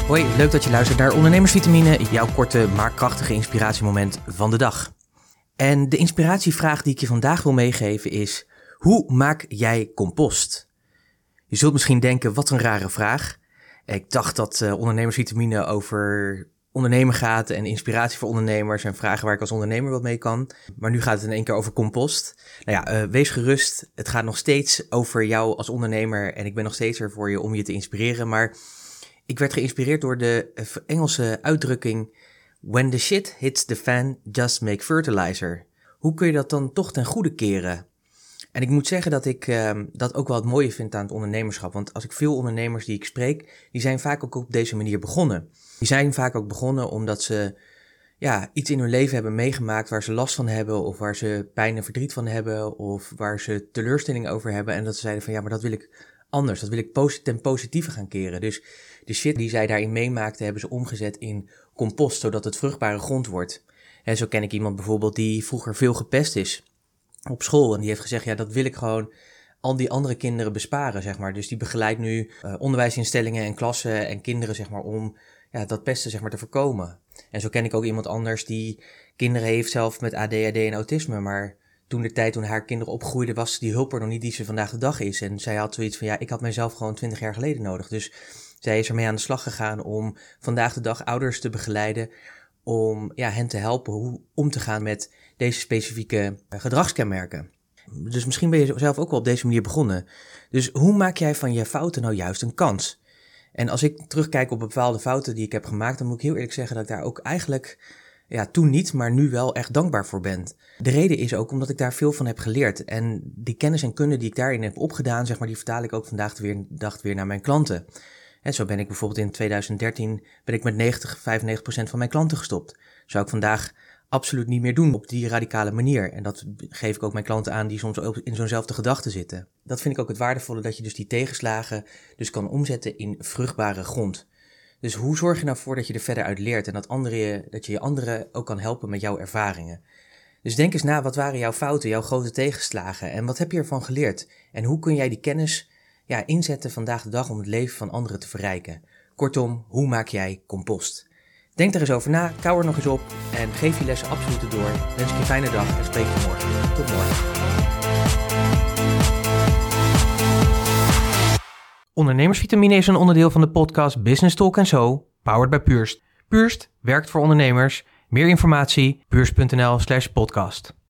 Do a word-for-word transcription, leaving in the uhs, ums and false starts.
Hoi, leuk dat je luistert naar Ondernemersvitamine, jouw korte maar krachtige inspiratiemoment van de dag. En de inspiratievraag die ik je vandaag wil meegeven is: hoe maak jij compost? Je zult misschien denken, wat een rare vraag. Ik dacht dat uh, Ondernemersvitamine over ondernemen gaat en inspiratie voor ondernemers en vragen waar ik als ondernemer wat mee kan. Maar nu gaat het in één keer over compost. Nou ja, uh, wees gerust. Het gaat nog steeds over jou als ondernemer en ik ben nog steeds er voor je om je te inspireren. Maar ik werd geïnspireerd door de uh, Engelse uitdrukking: when the shit hits the fan, just make fertilizer. Hoe kun je dat dan toch ten goede keren? En ik moet zeggen dat ik uh, dat ook wel het mooie vind aan het ondernemerschap. Want als ik veel ondernemers die ik spreek, die zijn vaak ook op deze manier begonnen. Die zijn vaak ook begonnen omdat ze ja, iets in hun leven hebben meegemaakt waar ze last van hebben, of waar ze pijn en verdriet van hebben, of waar ze teleurstelling over hebben. En dat ze zeiden van ja, maar dat wil ik anders. Dat wil ik posit- ten positieve gaan keren. Dus de shit die zij daarin meemaakten, hebben ze omgezet in compost, zodat het vruchtbare grond wordt. En zo ken ik iemand bijvoorbeeld die vroeger veel gepest is op school. En die heeft gezegd, ja, dat wil ik gewoon al die andere kinderen besparen, zeg maar. Dus die begeleidt nu uh, onderwijsinstellingen en klassen en kinderen, zeg maar, om ja, dat pesten, zeg maar, te voorkomen. En zo ken ik ook iemand anders die kinderen heeft zelf met A D H D en autisme, maar toen de tijd toen haar kinderen opgroeiden was die hulp er nog niet die ze vandaag de dag is. En zij had zoiets van, ja, ik had mijzelf gewoon twintig jaar geleden nodig. Dus zij is ermee aan de slag gegaan om vandaag de dag ouders te begeleiden, om ja, hen te helpen hoe om te gaan met deze specifieke uh, gedragskenmerken. Dus misschien ben je zelf ook wel op deze manier begonnen. Dus hoe maak jij van je fouten nou juist een kans? En als ik terugkijk op bepaalde fouten die ik heb gemaakt, dan moet ik heel eerlijk zeggen dat ik daar ook eigenlijk, ja, toen niet, maar nu wel echt dankbaar voor ben. De reden is ook omdat ik daar veel van heb geleerd. En die kennis en kunde die ik daarin heb opgedaan, zeg maar, die vertaal ik ook vandaag de weer, dag weer naar mijn klanten. En zo ben ik bijvoorbeeld in twintig dertien ben ik met negentig, vijfennegentig procent van mijn klanten gestopt. Zou ik vandaag absoluut niet meer doen op die radicale manier. En dat geef ik ook mijn klanten aan die soms ook in zo'nzelfde gedachte zitten. Dat vind ik ook het waardevolle, dat je dus die tegenslagen dus kan omzetten in vruchtbare grond. Dus hoe zorg je nou voor dat je er verder uit leert en dat, andere, dat je je anderen ook kan helpen met jouw ervaringen? Dus denk eens na, wat waren jouw fouten, jouw grote tegenslagen en wat heb je ervan geleerd? En hoe kun jij die kennis ja, inzetten vandaag de dag om het leven van anderen te verrijken? Kortom, hoe maak jij compost? Denk er eens over na, kou er nog eens op en geef je lessen absoluut door. Wens ik je een fijne dag en spreek je morgen. Tot morgen. Ondernemersvitamine is een onderdeel van de podcast Business Talk en Zo, powered by Purst. Purst werkt voor ondernemers. Meer informatie, purst punt n l slash podcast.